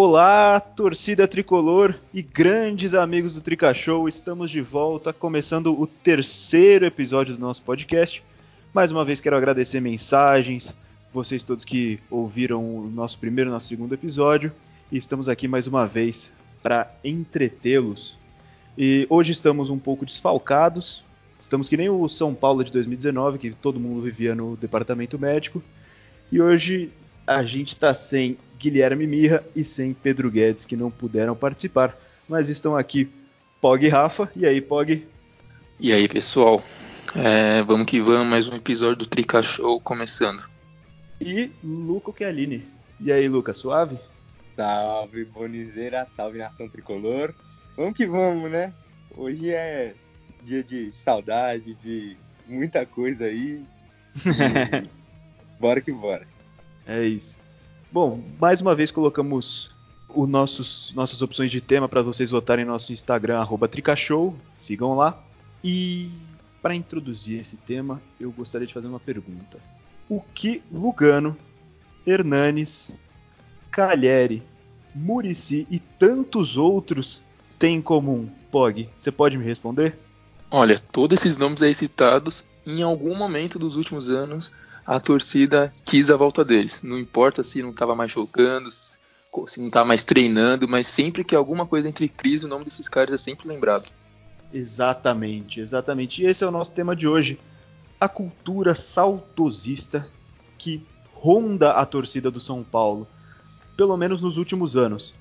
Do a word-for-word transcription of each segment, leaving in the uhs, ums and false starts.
Olá, torcida tricolor e grandes amigos do Trica Show, estamos de volta, começando o terceiro episódio do nosso podcast. Mais uma vez quero agradecer mensagens, vocês todos que ouviram o nosso primeiro e nosso segundo episódio, e estamos aqui mais uma vez para entretê-los. E hoje estamos um pouco desfalcados, estamos que nem o São Paulo de dois mil e dezenove, que todo mundo vivia no departamento médico, e hoje a gente está sem Guilherme Mirra e sem Pedro Guedes, que não puderam participar, mas estão aqui Pog e Rafa. E aí, Pog? E aí, pessoal? É, vamos que vamos, mais um episódio do Trica Show começando. E Luca Chialini. E aí, Luca, suave? Salve, Bonizeira, salve nação tricolor. Vamos que vamos, né? Hoje é dia de saudade, de muita coisa aí. E bora que bora. É isso. Bom, mais uma vez colocamos os nossos, nossas opções de tema para vocês votarem no nosso Instagram, arroba Tricashow, sigam lá. E para introduzir esse tema, eu gostaria de fazer uma pergunta. O que Lugano, Hernanes, Calheri, Muricy e tantos outros têm em comum? Pog, você pode me responder? Olha, todos esses nomes aí citados, em algum momento dos últimos anos, a torcida quis a volta deles. Não importa se não estava mais jogando, se não estava mais treinando, mas sempre que alguma coisa entre crise, o nome desses caras é sempre lembrado. Exatamente, exatamente. E esse é o nosso tema de hoje. A cultura saudosista que ronda a torcida do São Paulo, pelo menos nos últimos anos.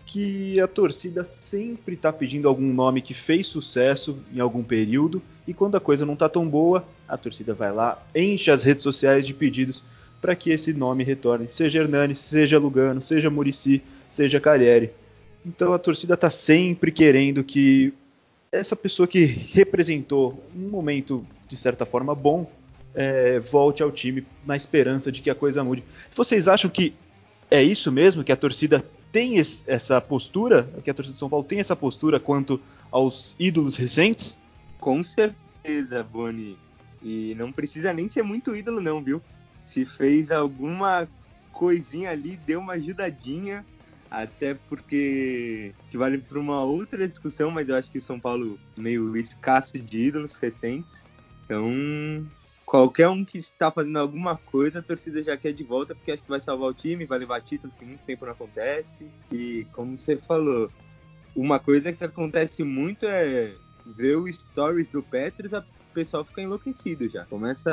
Que a torcida sempre está pedindo algum nome que fez sucesso em algum período, e quando a coisa não está tão boa, a torcida vai lá, enche as redes sociais de pedidos para que esse nome retorne, seja Hernanes, seja Lugano, seja Muricy, seja Calheri. Então a torcida está sempre querendo que essa pessoa que representou um momento de certa forma bom é, volte ao time na esperança de que a coisa mude. Vocês acham que é isso mesmo, que a torcida tem essa postura, que a torcida de São Paulo tem essa postura quanto aos ídolos recentes? Com certeza, Boni. E não precisa nem ser muito ídolo não, viu? Se fez alguma coisinha ali, deu uma ajudadinha, até porque que vale para uma outra discussão, mas eu acho que o São Paulo meio escasso de ídolos recentes. Então, qualquer um que está fazendo alguma coisa, a torcida já quer de volta, porque acho que vai salvar o time, vai levar títulos que muito tempo não acontece. E como você falou, uma coisa que acontece muito é ver o stories do Petros, a pessoal fica enlouquecido já. Começa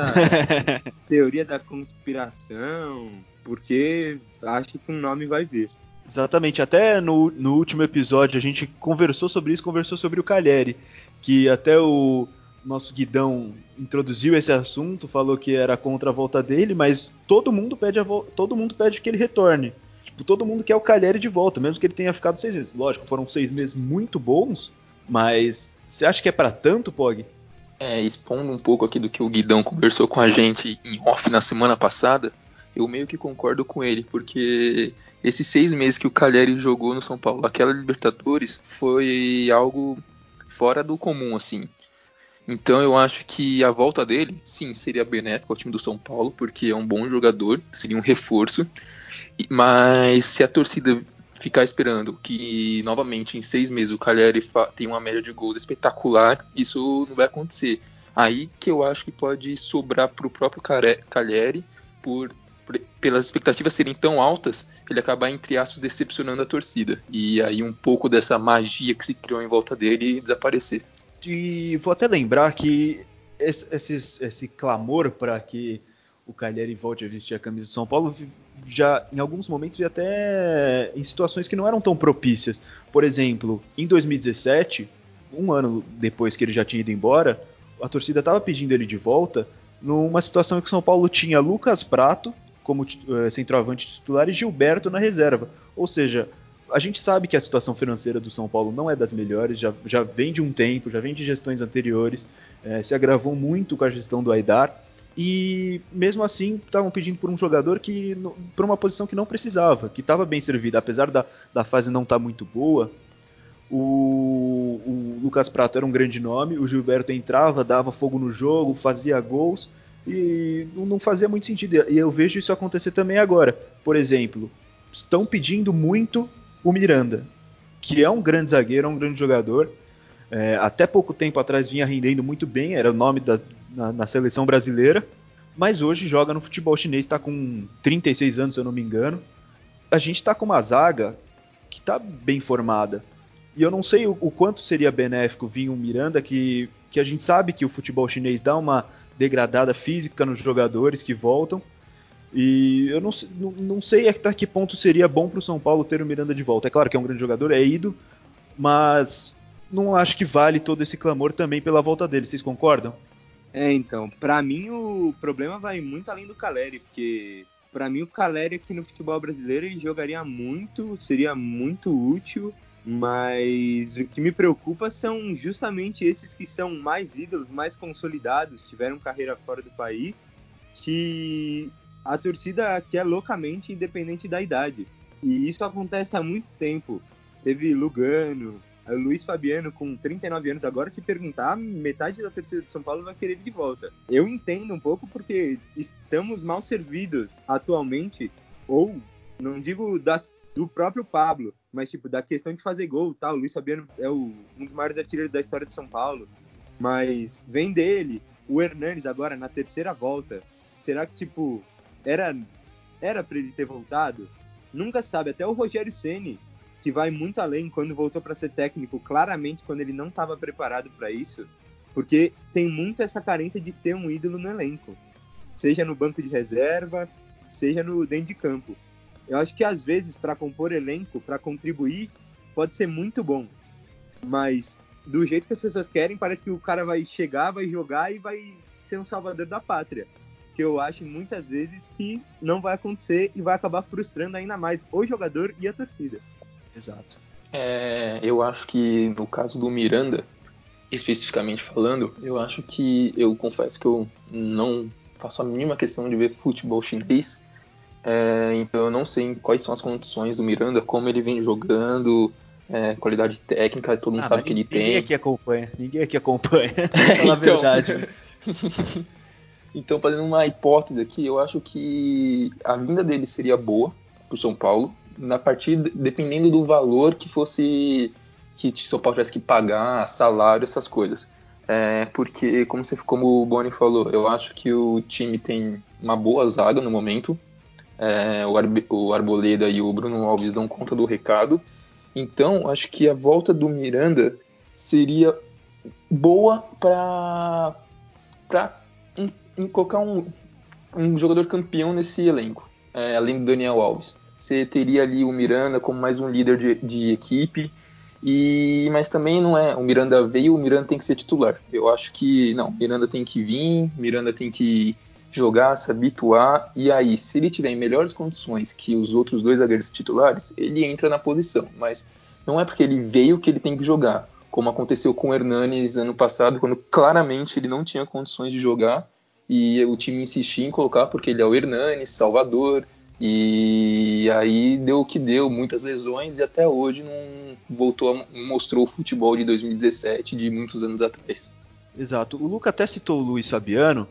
a teoria da conspiração, porque acha que um nome vai vir. Exatamente, até no, no último episódio a gente conversou sobre isso, conversou sobre o Calheri, que até o nosso Guidão introduziu esse assunto, falou que era contra a volta dele, mas todo mundo pede, a vo- todo mundo pede que ele retorne. Tipo, todo mundo quer o Calheri de volta, mesmo que ele tenha ficado seis meses. Lógico, foram seis meses muito bons, mas você acha que é pra tanto, Pog? É, expondo um pouco aqui do que o Guidão conversou com a gente em off na semana passada, eu meio que concordo com ele, porque esses seis meses que o Calheri jogou no São Paulo, aquela Libertadores, foi algo fora do comum, assim. Então eu acho que a volta dele, sim, seria benéfica ao time do São Paulo, porque é um bom jogador, seria um reforço. Mas se a torcida ficar esperando que novamente em seis meses o Calheri fa- tenha uma média de gols espetacular, isso não vai acontecer. Aí que eu acho que pode sobrar para o próprio Care- Calheri, por, por- pelas expectativas serem tão altas, ele acabar, entre aspas, decepcionando a torcida. E aí um pouco dessa magia que se criou em volta dele desaparecer. E vou até lembrar que esse, esse, esse clamor para que o Calheri volte a vestir a camisa do São Paulo já em alguns momentos e até em situações que não eram tão propícias. Por exemplo, em dois mil e dezessete, um ano depois que ele já tinha ido embora, a torcida estava pedindo ele de volta numa situação em que o São Paulo tinha Lucas Prato como uh, centroavante titular e Gilberto na reserva. Ou seja, a gente sabe que a situação financeira do São Paulo não é das melhores, já, já vem de um tempo, já vem de gestões anteriores, é, se agravou muito com a gestão do Aidar, e mesmo assim estavam pedindo por um jogador que por uma posição que não precisava, que estava bem servida, apesar da, da fase não estar tá muito boa. O, o Lucas Prato era um grande nome, o Gilberto entrava, dava fogo no jogo, fazia gols, e não fazia muito sentido. E eu vejo isso acontecer também agora. Por exemplo, estão pedindo muito o Miranda, que é um grande zagueiro, é um grande jogador. É, até pouco tempo atrás vinha rendendo muito bem, era o nome da, na, na seleção brasileira, mas hoje joga no futebol chinês, está com trinta e seis anos, se eu não me engano. A gente está com uma zaga que está bem formada. E eu não sei o, o quanto seria benéfico vir um Miranda, que, que a gente sabe que o futebol chinês dá uma degradada física nos jogadores que voltam. E eu não, não, não sei até que ponto seria bom para o São Paulo ter o Miranda de volta. É claro que é um grande jogador, é ídolo, mas não acho que vale todo esse clamor também pela volta dele. Vocês concordam? É, então, pra mim o problema vai muito além do Calleri, porque pra mim o Calleri aqui no futebol brasileiro ele jogaria muito, seria muito útil, mas o que me preocupa são justamente esses que são mais ídolos, mais consolidados, tiveram carreira fora do país, que a torcida quer loucamente, independente da idade. E isso acontece há muito tempo. Teve Lugano, o Luiz Fabiano com trinta e nove anos. Agora, se perguntar, metade da torcida de São Paulo vai querer ele de volta. Eu entendo um pouco porque estamos mal servidos atualmente, ou, não digo das, do próprio Pablo, mas tipo, da questão de fazer gol, tá? O Luiz Fabiano é o, um dos maiores artilheiros da história de São Paulo, mas vem dele, o Hernanes agora na terceira volta. Será que, tipo, era, era pra ele ter voltado? Nunca sabe. Até o Rogério Ceni, que vai muito além quando voltou para ser técnico, claramente quando ele não estava preparado para isso, porque tem muito essa carência de ter um ídolo no elenco, seja no banco de reserva, seja no dentro de campo. Eu acho que às vezes para compor elenco, para contribuir, pode ser muito bom, mas do jeito que as pessoas querem, parece que o cara vai chegar, vai jogar e vai ser um salvador da pátria, que eu acho muitas vezes que não vai acontecer e vai acabar frustrando ainda mais o jogador e a torcida. Exato. É, eu acho que no caso do Miranda, especificamente falando, eu acho que, eu confesso que eu não faço a mínima questão de ver futebol chinês, é, então eu não sei quais são as condições do Miranda, como ele vem jogando, é, qualidade técnica, todo mundo Ah, sabe mas que ele ninguém tem. aqui acompanha, ninguém aqui acompanha, pra falar então, a verdade. Né? Então, fazendo uma hipótese aqui, eu acho que a vinda dele seria boa para o São Paulo, na partida, dependendo do valor que fosse que o São Paulo tivesse que pagar, salário, essas coisas. É, porque, como, você, como o Boni falou, eu acho que o time tem uma boa zaga no momento. É, o, Arbe, o Arboleda e o Bruno Alves dão conta do recado. Então, acho que a volta do Miranda seria boa para em, em colocar um, um jogador campeão nesse elenco, é, além do Daniel Alves. Você teria ali o Miranda como mais um líder de, de equipe, e mas também não é. O Miranda veio, o Miranda tem que ser titular. Eu acho que não, o Miranda tem que vir, o Miranda tem que jogar, se habituar, e aí, se ele tiver em melhores condições que os outros dois zagueiros titulares, ele entra na posição, mas não é porque ele veio que ele tem que jogar, como aconteceu com o Hernanes ano passado, quando claramente ele não tinha condições de jogar, e o time insistia em colocar porque ele é o Hernanes, Salvador, e aí deu o que deu, muitas lesões, e até hoje não voltou, a, não mostrou o futebol de dois mil e dezessete, de muitos anos atrás. Exato. O Luca até citou o Luiz Fabiano,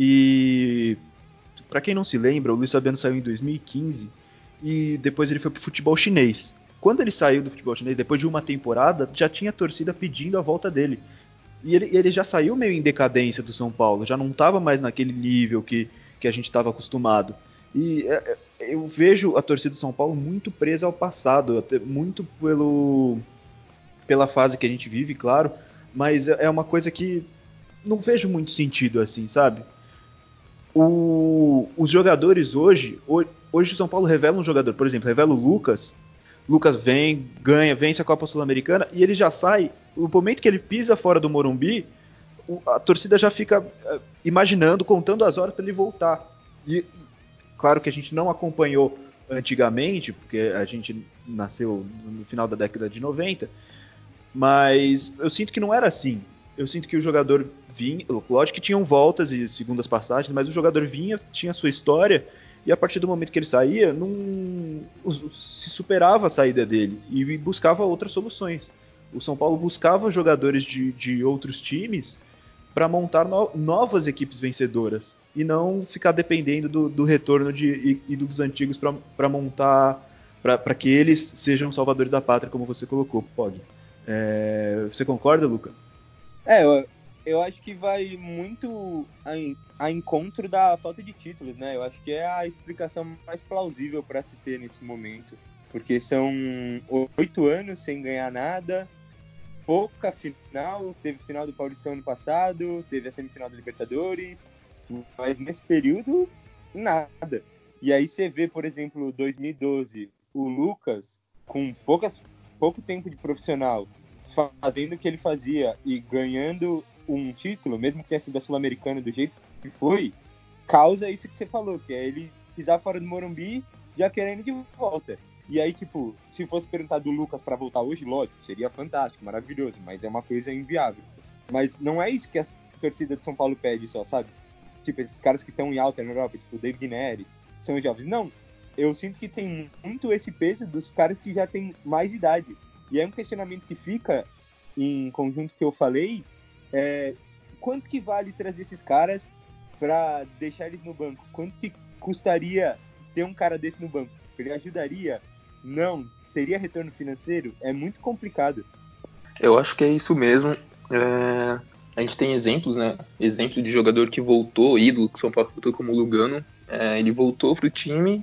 e para quem não se lembra, o Luiz Fabiano saiu em dois mil e quinze e depois ele foi pro futebol chinês. Quando ele saiu do futebol chinês, depois de uma temporada, já tinha torcida pedindo a volta dele. E ele, ele já saiu meio em decadência do São Paulo, já não estava mais naquele nível que, que a gente estava acostumado. E é, eu vejo a torcida do São Paulo muito presa ao passado, até muito pelo, pela fase que a gente vive, claro, mas é uma coisa que não vejo muito sentido assim, sabe? O, os jogadores hoje, hoje o São Paulo revela um jogador, por exemplo, revela o Lucas, Lucas vem, ganha, vence a Copa Sul-Americana e ele já sai. No momento que ele pisa fora do Morumbi, a torcida já fica uh, imaginando, contando as horas para ele voltar. E, e claro que a gente não acompanhou antigamente, porque a gente nasceu no final da década de noventa, mas eu sinto que não era assim. Eu sinto que o jogador vinha, lógico que tinham voltas e segundas passagens, mas o jogador vinha, tinha a sua história, e a partir do momento que ele saía, não se superava a saída dele e buscava outras soluções. O São Paulo buscava jogadores de, de outros times para montar no, novas equipes vencedoras e não ficar dependendo do, do retorno de, e, e dos antigos para montar para que eles sejam salvadores da pátria, como você colocou, Pog. É, você concorda, Luca? É, eu, eu acho que vai muito a, a encontro da falta de títulos, né? Eu acho que é a explicação mais plausível para se ter nesse momento. Porque são oito anos sem ganhar nada, pouca final, teve final do Paulistão ano passado, teve a semifinal da Libertadores, mas nesse período, nada. E aí você vê, por exemplo, dois mil e doze, o Lucas, com poucas, pouco tempo de profissional, fazendo o que ele fazia e ganhando um título, mesmo que tenha sido a Sul-Americana do jeito que foi, causa isso que você falou, que é ele pisar fora do Morumbi já querendo de volta. E aí, tipo, se fosse perguntar do Lucas para voltar hoje, lógico, seria fantástico, maravilhoso, mas é uma coisa inviável. Mas não é isso que a torcida de São Paulo pede só, sabe? Tipo, esses caras que estão em alta na Europa, tipo o David Neres, são jovens. Não, eu sinto que tem muito esse peso dos caras que já têm mais idade. E é um questionamento que fica, em conjunto que eu falei, é, quanto que vale trazer esses caras para deixar eles no banco? Quanto que custaria ter um cara desse no banco? Ele ajudaria? Não. Teria retorno financeiro? É muito complicado. Eu acho que é isso mesmo. É, a gente tem exemplos, né? Exemplo de jogador que voltou, ídolo, que o São Paulo voltou como Lugano. É, ele voltou para o time,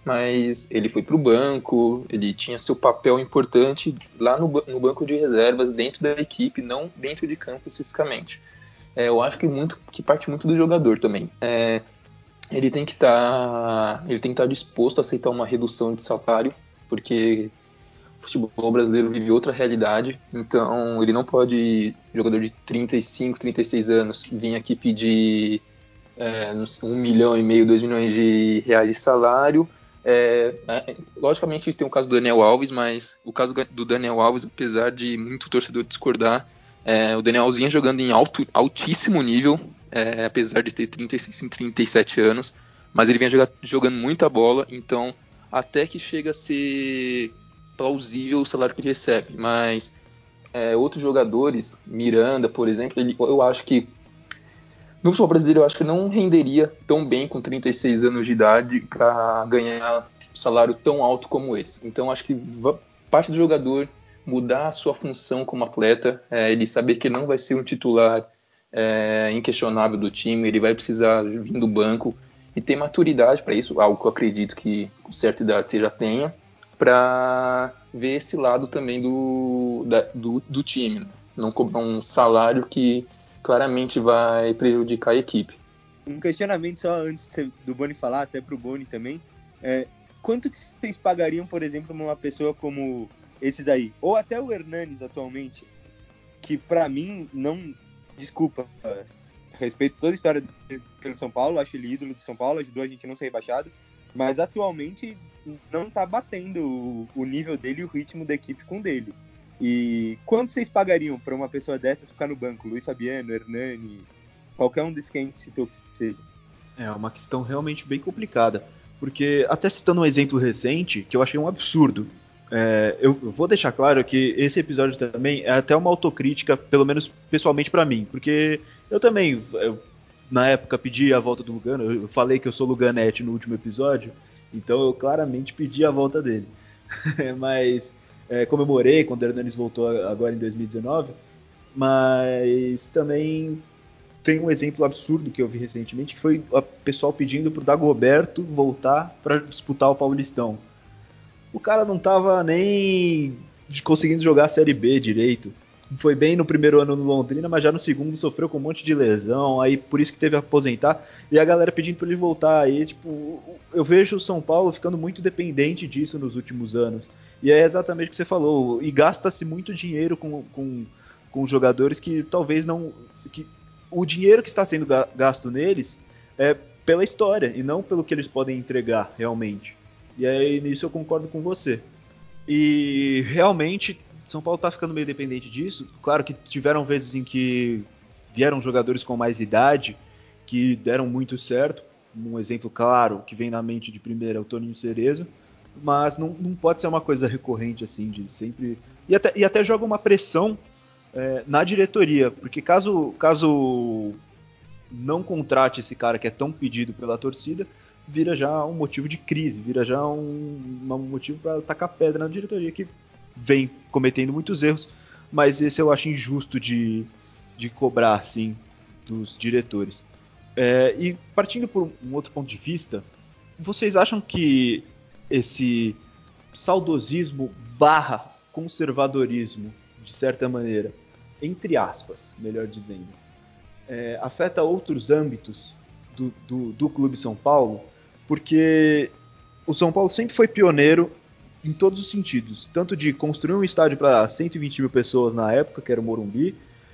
mas ele foi para o banco, ele tinha seu papel importante lá no, no banco de reservas, dentro da equipe, não dentro de campo especificamente. É, eu acho que muito que parte muito do jogador também. É, ele tem que estar, ele tem que estar disposto a aceitar uma redução de salário, porque o futebol brasileiro vive outra realidade, então ele não pode, jogador de trinta e cinco, trinta e seis anos, vir aqui pedir é, um milhão e meio, dois milhões de reais de salário. É, é, logicamente tem o caso do Daniel Alves, mas o caso do Daniel Alves, apesar de muito torcedor discordar, é, o Daniel vinha jogando em alto, altíssimo nível, é, apesar de ter trinta e seis, trinta e sete anos, mas ele vinha jogar, jogando muita bola, então até que chega a ser plausível o salário que ele recebe, mas é, outros jogadores, Miranda, por exemplo, ele, eu acho que no futebol brasileiro eu acho que não renderia tão bem com trinta e seis anos de idade para ganhar um salário tão alto como esse. Então acho que parte do jogador mudar a sua função como atleta, é, ele saber que não vai ser um titular é, inquestionável do time, ele vai precisar vir do banco e ter maturidade para isso, algo que eu acredito que com certa idade você já tenha, para ver esse lado também do, da, do, do time, né? Não cobrar um salário que claramente vai prejudicar a equipe. Um questionamento só antes do Boni falar, até pro Boni também, é, quanto que vocês pagariam, por exemplo, uma pessoa como esses aí, ou até o Hernanes atualmente, que pra mim não, desculpa, respeito toda a história dele pelo São Paulo, acho ele ídolo de São Paulo, ajudou a gente a não ser rebaixado, mas atualmente não tá batendo o, o nível dele e o ritmo da equipe com dele. E quanto vocês pagariam para uma pessoa dessas ficar no banco? Luiz Fabiano, Hernani, qualquer um desses que a gente citou que seja. É uma questão realmente bem complicada, porque até citando um exemplo recente, que eu achei um absurdo, é, eu vou deixar claro que esse episódio também é até uma autocrítica, pelo menos pessoalmente para mim, porque eu também, eu, na época, pedi a volta do Lugano, eu falei que eu sou Luganete no último episódio, então eu claramente pedi a volta dele. Mas é, comemorei quando o Hernanes voltou agora em dois mil e dezenove, mas também tem um exemplo absurdo que eu vi recentemente, que foi o pessoal pedindo pro Dagoberto voltar para disputar o Paulistão. O cara não tava nem conseguindo jogar a Série B direito. Foi bem no primeiro ano no Londrina, mas já no segundo sofreu com um monte de lesão, aí por isso que teve que aposentar, e a galera pedindo para ele voltar. Aí, tipo, eu vejo o São Paulo ficando muito dependente disso nos últimos anos. E é exatamente o que você falou, e gasta-se muito dinheiro com, com, com jogadores que talvez não... Que, o dinheiro que está sendo gasto neles é pela história, e não pelo que eles podem entregar realmente. E aí nisso eu concordo com você. E realmente São Paulo tá ficando meio dependente disso. Claro que tiveram vezes em que vieram jogadores com mais idade que deram muito certo. Um exemplo claro que vem na mente de primeira é o Toninho Cerezo. Mas não, não pode ser uma coisa recorrente assim, de sempre. E até, e até joga uma pressão é, na diretoria, porque caso, caso não contrate esse cara que é tão pedido pela torcida, vira já um motivo de crise, vira já um, um motivo para tacar pedra na diretoria, que vem cometendo muitos erros, mas esse eu acho injusto de, de cobrar, assim, dos diretores. É, e partindo por um outro ponto de vista, vocês acham que esse saudosismo barra conservadorismo, de certa maneira, entre aspas, melhor dizendo, é, afeta outros âmbitos do, do, do Clube São Paulo? Porque o São Paulo sempre foi pioneiro em todos os sentidos, tanto de construir um estádio para cento e vinte mil pessoas na época, que era o Morumbi,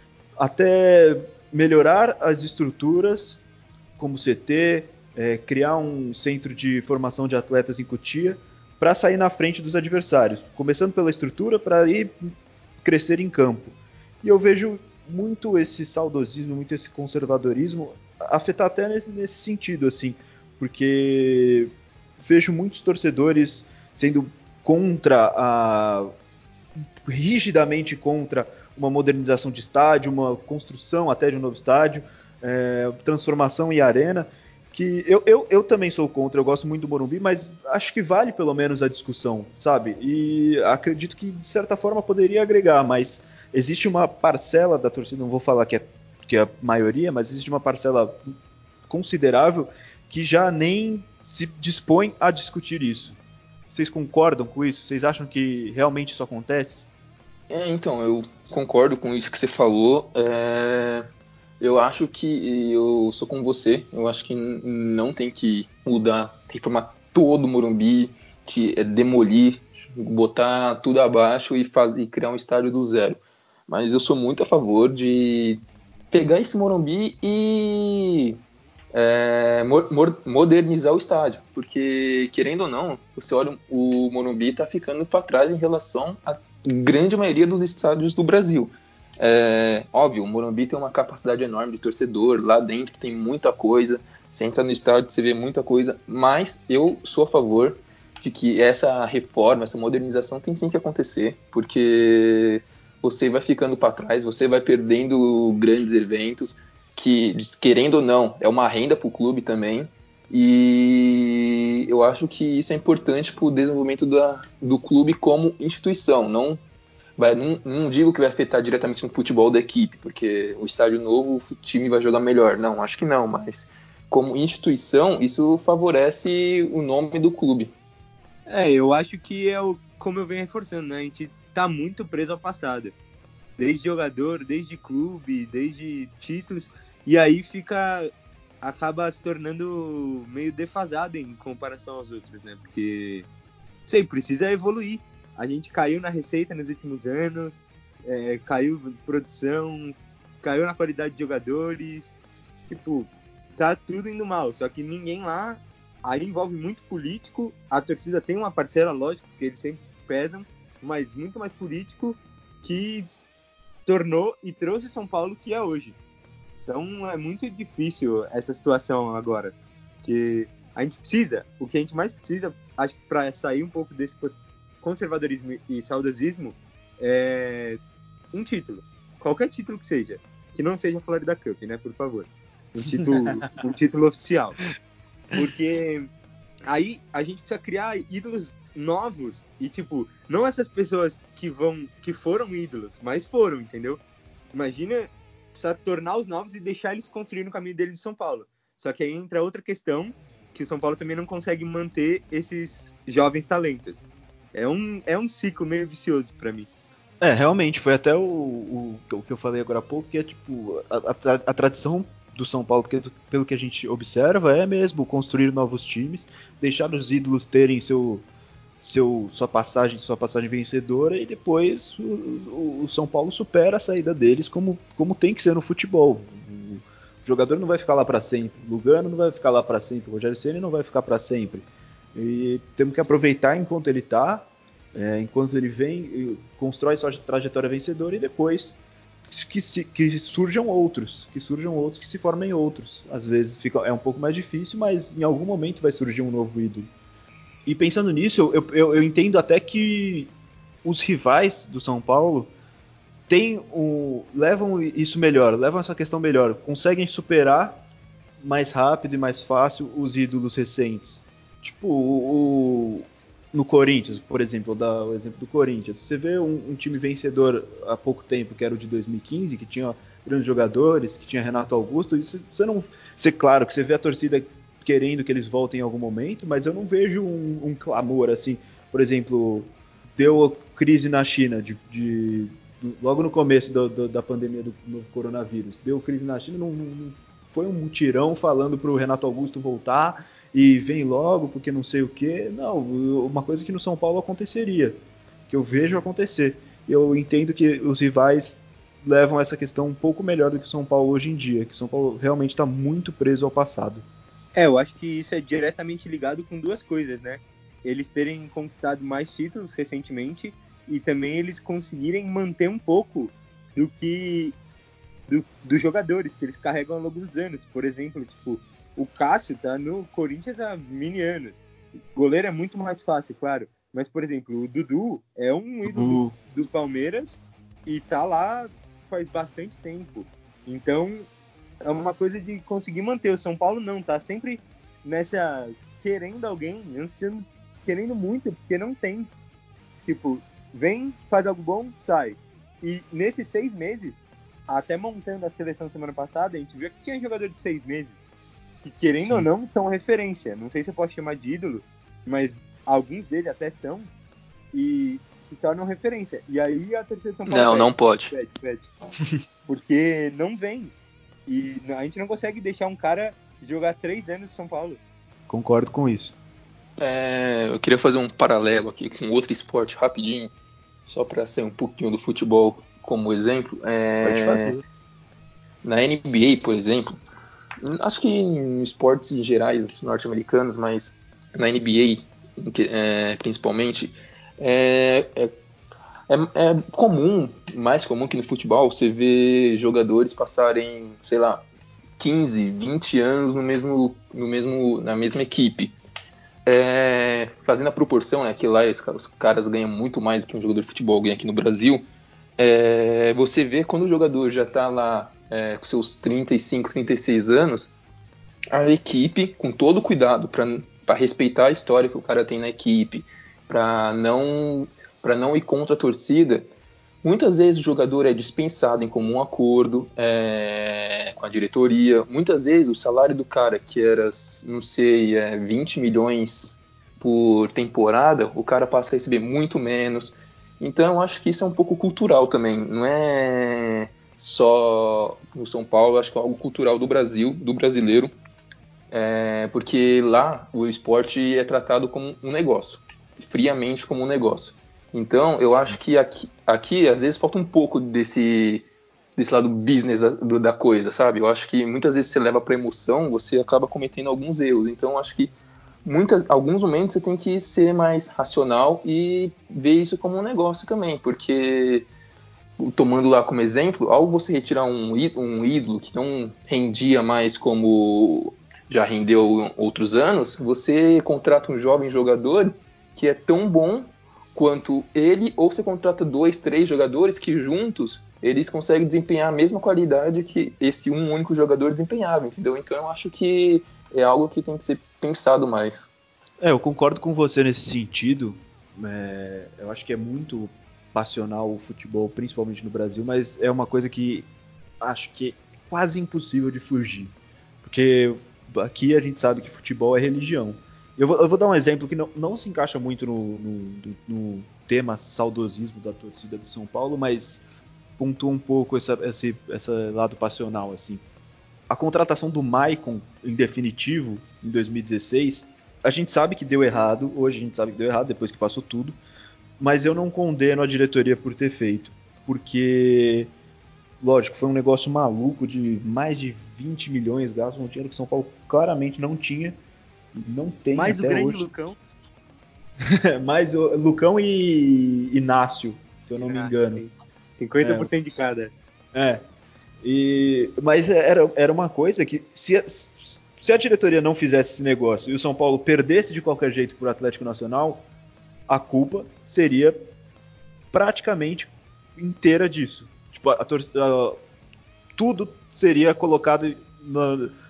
até melhorar as estruturas, como o C T, é, criar um centro de formação de atletas em Cotia, para sair na frente dos adversários, começando pela estrutura para ir crescer em campo. E eu vejo muito esse saudosismo, muito esse conservadorismo afetar até nesse, nesse sentido, assim, porque vejo muitos torcedores sendo contra a rigidamente contra uma modernização de estádio, uma construção até de um novo estádio, é, transformação em arena, que eu, eu, eu também sou contra, eu gosto muito do Morumbi, mas acho que vale pelo menos a discussão, sabe? E acredito que de certa forma poderia agregar, mas existe uma parcela da torcida, não vou falar que é, que é a maioria, mas existe uma parcela considerável que já nem se dispõe a discutir isso. Vocês concordam com isso? Vocês acham que realmente isso acontece? É, então, eu concordo com isso que você falou. É, eu acho que eu sou com você. Eu acho que não tem que mudar, reformar todo o Morumbi, de, é, demolir, botar tudo abaixo e, faz, e criar um estádio do zero. Mas eu sou muito a favor de pegar esse Morumbi e é, mo- modernizar o estádio, porque querendo ou não, você olha, o Morumbi está ficando para trás em relação à grande maioria dos estádios do Brasil. É, óbvio, o Morumbi tem uma capacidade enorme de torcedor, lá dentro tem muita coisa, você entra no estádio, você vê muita coisa, mas eu sou a favor de que essa reforma, essa modernização tem sim que acontecer, porque você vai ficando para trás, você vai perdendo grandes eventos, que, querendo ou não, é uma renda para o clube também. E eu acho que isso é importante para o desenvolvimento da, do clube como instituição. Não, vai, não, não digo que vai afetar diretamente no futebol da equipe, porque o estádio novo, o time vai jogar melhor. Não, acho que não, mas como instituição, isso favorece o nome do clube. É, eu acho que é o, como eu venho reforçando, né? A gente tá muito preso ao passado. Desde jogador, desde clube, desde títulos. E aí fica. Acaba se tornando meio defasado em comparação aos outros, né? Porque, sei, precisa evoluir. A gente caiu na receita nos últimos anos, é, caiu em produção, caiu na qualidade de jogadores. Tipo, tá tudo indo mal. Só que ninguém lá. Aí envolve muito político. A torcida tem uma parcela, lógico, porque eles sempre pesam, mas muito mais político que tornou e trouxe São Paulo que é hoje. Então é muito difícil essa situação agora, que a gente precisa, o que a gente mais precisa, acho que para sair um pouco desse conservadorismo e saudosismo, é um título, qualquer título que seja, que não seja a Florida Cup, né, por favor, um título, um título oficial, porque aí a gente precisa criar ídolos novos e, tipo, não essas pessoas que vão, que foram ídolos, mas foram, entendeu? Imagina precisa tornar os novos e deixar eles construir no caminho deles de São Paulo. Só que aí entra outra questão, que o São Paulo também não consegue manter esses jovens talentos. É um, é um ciclo meio vicioso para mim. É, realmente, foi até o, o, o que eu falei agora há pouco, que é tipo, a, a, a tradição do São Paulo, porque pelo que a gente observa, é mesmo construir novos times, deixar os ídolos terem seu, seu, sua passagem, sua passagem vencedora, e depois o, o São Paulo supera a saída deles como, como tem que ser no futebol. O jogador não vai ficar lá para sempre, o Lugano não vai ficar lá para sempre, o Rogério Ceni não vai ficar para sempre. E temos que aproveitar enquanto ele está, é, enquanto ele vem, constrói sua trajetória vencedora e depois que, se, que surjam outros, que surjam outros, que se formem outros. Às vezes fica, é um pouco mais difícil, mas em algum momento vai surgir um novo ídolo. E pensando nisso, eu, eu, eu entendo até que os rivais do São Paulo têm o, levam isso melhor, levam essa questão melhor, conseguem superar mais rápido e mais fácil os ídolos recentes. Tipo, o, o- no Corinthians, por exemplo, vou dar o exemplo do Corinthians. Você vê um, um time vencedor há pouco tempo, que era o de dois mil e quinze, que tinha grandes jogadores, que tinha Renato Augusto, e você não... Você, claro, que você vê a torcida querendo que eles voltem em algum momento, mas eu não vejo um, um clamor, assim, por exemplo, deu crise na China, de, de- do- logo no começo do- do- da pandemia do, do coronavírus, deu crise na China, não, não- não foi um mutirão falando pro Renato Augusto voltar, e vem logo porque não sei o que. Não, uma coisa que no São Paulo aconteceria, que eu vejo acontecer. Eu entendo que os rivais levam essa questão um pouco melhor do que o São Paulo hoje em dia, que o São Paulo realmente está muito preso ao passado. É, eu acho que isso é diretamente ligado com duas coisas, né? Eles terem conquistado mais títulos recentemente e também eles conseguirem manter um pouco do que do, dos jogadores que eles carregam ao longo dos anos. Por exemplo, tipo, o Cássio tá no Corinthians há mini anos. O goleiro é muito mais fácil, claro. Mas, por exemplo, o Dudu é um ídolo do, do Palmeiras e tá lá faz bastante tempo. Então, é uma coisa de conseguir manter. O São Paulo não, tá sempre nessa querendo alguém, ansiando, querendo muito, porque não tem. Tipo, vem, faz algo bom, sai. E nesses seis meses, até montando a seleção semana passada, a gente viu que tinha jogador de seis meses, que querendo Sim. ou não, são referência. Não sei se eu posso chamar de ídolo, mas alguns deles até são, e se tornam referência. E aí a torcida de São Paulo Não, pede, não pode. pede, pede. Porque não vem. E a gente não consegue deixar um cara jogar três anos em São Paulo. Concordo com isso. É, eu queria fazer um paralelo aqui com outro esporte rapidinho, só para ser um pouquinho do futebol como exemplo. É, Pode fazer. Na N B A, por exemplo, acho que em esportes em gerais norte-americanos, mas na N B A é, principalmente, é, é, é, é comum, mais comum que no futebol, você ver jogadores passarem, sei lá, quinze, vinte anos no mesmo, no mesmo, na mesma equipe. É, fazendo a proporção, né, que lá os caras ganham muito mais do que um jogador de futebol ganha aqui no Brasil, é, você vê quando o jogador já está lá é, com seus trinta e cinco, trinta e seis anos, a equipe, com todo cuidado, para respeitar a história que o cara tem na equipe, para não, para não ir contra a torcida, muitas vezes o jogador é dispensado em comum acordo é, com a diretoria. Muitas vezes o salário do cara, que era, não sei, é, vinte milhões por temporada, o cara passa a receber muito menos. Então eu acho que isso é um pouco cultural também. Não é só no São Paulo, acho que é algo cultural do Brasil, do brasileiro. É, porque lá o esporte é tratado como um negócio, friamente como um negócio. Então, eu acho que aqui, aqui às vezes falta um pouco desse, desse lado business da, do, da coisa, sabe? Eu acho que muitas vezes você leva para emoção, você acaba cometendo alguns erros. Então, eu acho que muitas, alguns momentos você tem que ser mais racional e ver isso como um negócio também, porque tomando lá como exemplo, ao você retirar um, um ídolo que não rendia mais como já rendeu outros anos, você contrata um jovem jogador que é tão bom quanto ele, ou você contrata dois, três jogadores que juntos eles conseguem desempenhar a mesma qualidade que esse um único jogador desempenhava, entendeu? Então eu acho que é algo que tem que ser pensado mais. É, eu concordo com você nesse sentido. É, eu acho que é muito passional o futebol, principalmente no Brasil, mas é uma coisa que acho que é quase impossível de fugir. Porque aqui a gente sabe que futebol é religião. Eu vou, eu vou dar um exemplo que não, não se encaixa muito no, no, no tema saudosismo da torcida do São Paulo, mas pontua um pouco essa, esse, esse lado passional. Assim. A contratação do Maicon, em definitivo, em dois mil e dezesseis, a gente sabe que deu errado, hoje a gente sabe que deu errado, depois que passou tudo, mas eu não condeno a diretoria por ter feito, porque, lógico, foi um negócio maluco de mais de vinte milhões gastos, um dinheiro que São Paulo claramente não tinha, não tem Mais o até grande hoje. Lucão. Mais o Lucão e Inácio, se eu não me Inácio, engano. sim. cinquenta por cento de cada. É. E, mas era, era uma coisa que, se a, se a diretoria não fizesse esse negócio e o São Paulo perdesse de qualquer jeito para o Atlético Nacional, a culpa seria praticamente inteira disso. Tipo, a, a, tudo seria colocado na,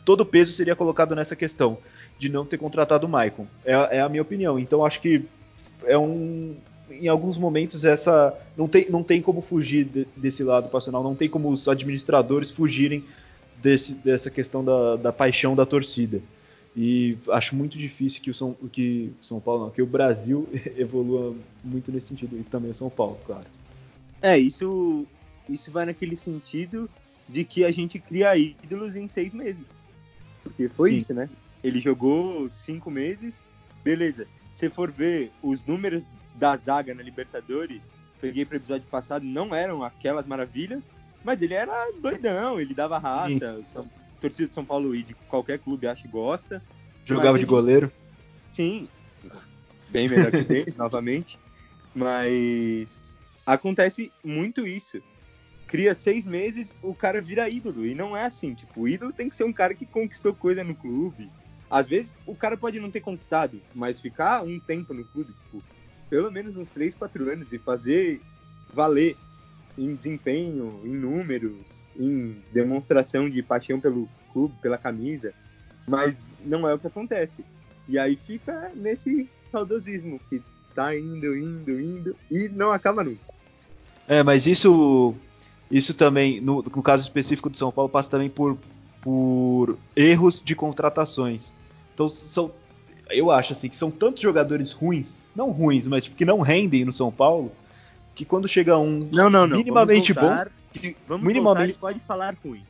todo o peso seria colocado nessa questão de não ter contratado o Maicon. É, é a minha opinião. Então acho que é um, em alguns momentos essa não tem, não tem como fugir de, desse lado passional, não tem como os administradores fugirem desse, dessa questão da, da paixão da torcida. E acho muito difícil que o São, que São Paulo, não, que o Brasil evolua muito nesse sentido, e também o São Paulo, claro. É, isso, isso vai naquele sentido de que a gente cria ídolos em seis meses. Porque foi Sim. isso, né? Ele jogou cinco meses, beleza. Se for ver os números da zaga na Libertadores, peguei para o episódio passado, não eram aquelas maravilhas, mas ele era doidão, ele dava raça. São, torcida de São Paulo e de qualquer clube acha que gosta. Jogava de gente... goleiro? Sim, bem melhor que o Denis, novamente. Mas acontece muito isso. Cria seis meses, o cara vira ídolo. E não é assim, tipo, o ídolo tem que ser um cara que conquistou coisa no clube. Às vezes, o cara pode não ter conquistado, mas ficar um tempo no clube, tipo, pelo menos uns três, quatro anos, e fazer valer em desempenho, em números, em demonstração de paixão pelo clube, pela camisa. Mas não é o que acontece. E aí fica nesse saudosismo, que tá indo, indo, indo, e não acaba nunca. É, mas isso... Isso também, no, no caso específico do São Paulo, passa também por, por erros de contratações. Então, são, eu acho assim, que são tantos jogadores ruins, não ruins, mas tipo, que não rendem no São Paulo, que quando chega um não, não, não. minimamente vamos voltar, bom... Que, vamos minimamente... voltar e pode falar ruim.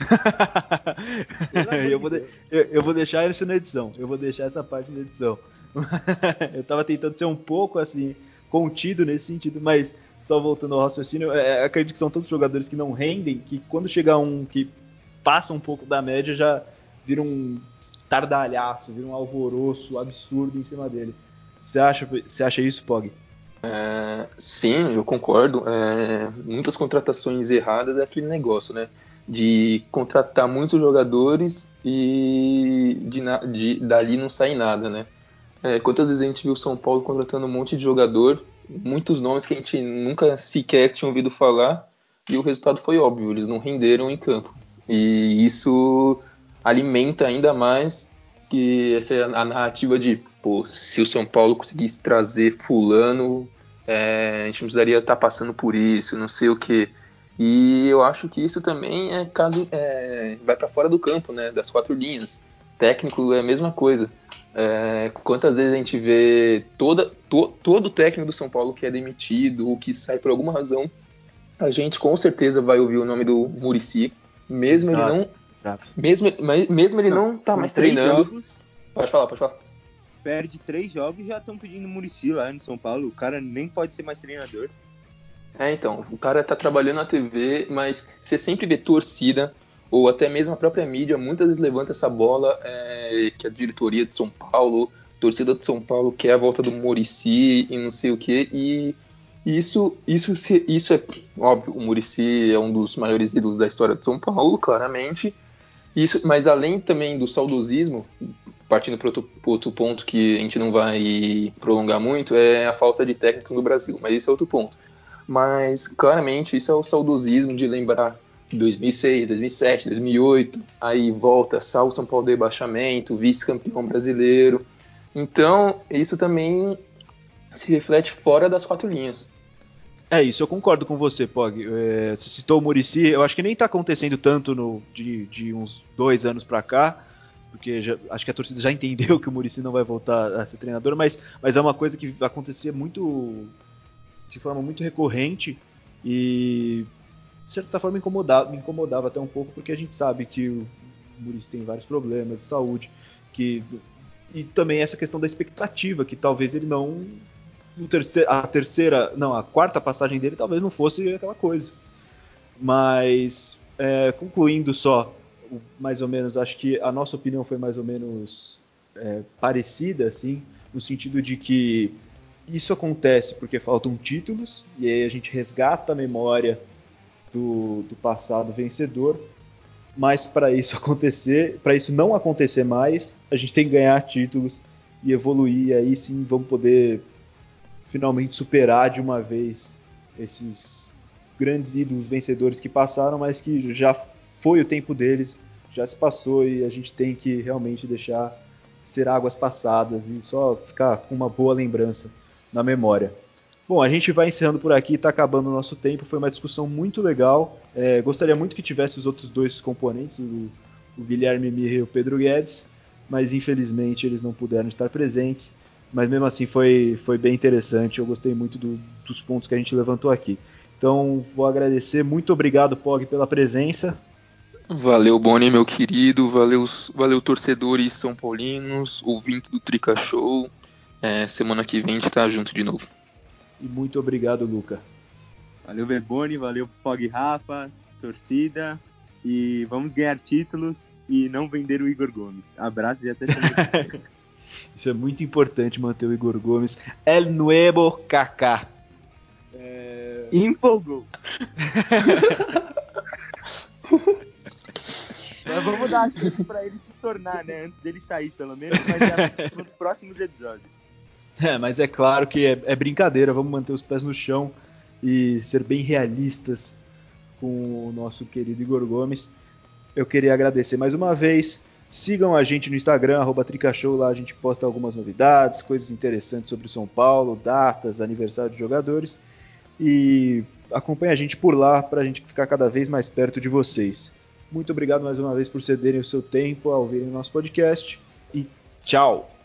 eu, vou de, eu, eu vou deixar isso na edição, eu vou deixar essa parte na edição. Eu tava tentando ser um pouco assim, contido nesse sentido, mas... Só voltando ao raciocínio, é, acredito que são tantos jogadores que não rendem, que quando chegar um que passa um pouco da média, já vira um tardalhaço, vira um alvoroço absurdo em cima dele. Você acha, você acha isso, Pog? É, sim, eu concordo. É, muitas contratações erradas é aquele negócio, né? De contratar muitos jogadores e de, de, dali não sai nada, né? É, quantas vezes a gente viu o São Paulo contratando um monte de jogador, muitos nomes que a gente nunca sequer tinha ouvido falar, e o resultado foi óbvio, eles não renderam em campo. E isso alimenta ainda mais que essa é a narrativa de, pô, se o São Paulo conseguisse trazer fulano, é, a gente não precisaria estar passando por isso, não sei o quê. E eu acho que isso também é caso é, vai para fora do campo, né, das quatro linhas. Técnico é a mesma coisa. É, quantas vezes a gente vê toda, to, todo técnico do São Paulo que é demitido ou que sai por alguma razão, a gente com certeza vai ouvir o nome do Muricy, mesmo exato, ele não, exato. mesmo, mesmo ele não, não tá mais treinando. Jogos, pode falar, pode falar. Perde três jogos e já estão pedindo Muricy lá no São Paulo. O cara nem pode ser mais treinador. É, então, o cara tá trabalhando na T V, mas você sempre vê torcida, ou até mesmo a própria mídia, muitas vezes levanta essa bola é, que a diretoria de São Paulo, a torcida de São Paulo quer a volta do Muricy e não sei o que, e isso, isso, isso é óbvio, o Muricy é um dos maiores ídolos da história de São Paulo, claramente, isso, mas além também do saudosismo, partindo para outro, outro ponto que a gente não vai prolongar muito, é a falta de técnico no Brasil, mas isso é outro ponto. Mas claramente isso é o saudosismo de lembrar dois mil e seis, dois mil e sete, dois mil e oito, aí volta, salva o São Paulo do rebaixamento, vice-campeão brasileiro. Então isso também se reflete fora das quatro linhas. É isso, eu concordo com você, Pog. É, você citou o Muricy, eu acho que nem está acontecendo tanto no, de, de uns dois anos para cá, porque já, acho que a torcida já entendeu que o Muricy não vai voltar a ser treinador, mas, mas é uma coisa que acontecia muito de forma muito recorrente e de certa forma incomodava, me incomodava até um pouco, porque a gente sabe que o Muricy tem vários problemas de saúde, que, e também essa questão da expectativa, que talvez ele não... a terceira, não, a quarta passagem dele talvez não fosse aquela coisa. Mas, é, concluindo só, mais ou menos, acho que a nossa opinião foi mais ou menos é, parecida, assim, no sentido de que isso acontece porque faltam títulos, e aí a gente resgata a memória do, do passado vencedor, mas para isso acontecer, para isso não acontecer mais, a gente tem que ganhar títulos e evoluir, e aí sim vamos poder finalmente superar de uma vez esses grandes ídolos vencedores que passaram, mas que já foi o tempo deles já se passou e a gente tem que realmente deixar ser águas passadas e só ficar com uma boa lembrança na memória. Bom, a gente vai encerrando por aqui, está acabando o nosso tempo, foi uma discussão muito legal. É, gostaria muito que tivesse os outros dois componentes, o, o Guilherme Mirra e o Pedro Guedes, mas infelizmente eles não puderam estar presentes. Mas mesmo assim foi, foi bem interessante, eu gostei muito do, dos pontos que a gente levantou aqui. Então vou agradecer, muito obrigado, Pog, pela presença. Valeu, Boni, meu querido, valeu, valeu torcedores são paulinos, ouvintes do Trica Show. É, semana que vem a gente tá junto de novo. E muito obrigado, Luca. Valeu, Verboni, valeu, Pog Rafa, torcida. E vamos ganhar títulos e não vender o Igor Gomes. Abraço e até semana que vem. Isso é muito importante, manter o Igor Gomes. El Nuevo Kaká. É... Empolgou. Mas vamos dar chance pra ele se tornar, né? Antes dele sair, pelo menos, mas é nos próximos episódios. É, mas é claro que é, é brincadeira, vamos manter os pés no chão e ser bem realistas com o nosso querido Igor Gomes. Eu queria agradecer mais uma vez. Sigam a gente no Instagram, arroba Tricashow, lá a gente posta algumas novidades, coisas interessantes sobre o São Paulo, datas, aniversário de jogadores. E acompanhe a gente por lá para a gente ficar cada vez mais perto de vocês. Muito obrigado mais uma vez por cederem o seu tempo ao ouvirem o nosso podcast e tchau!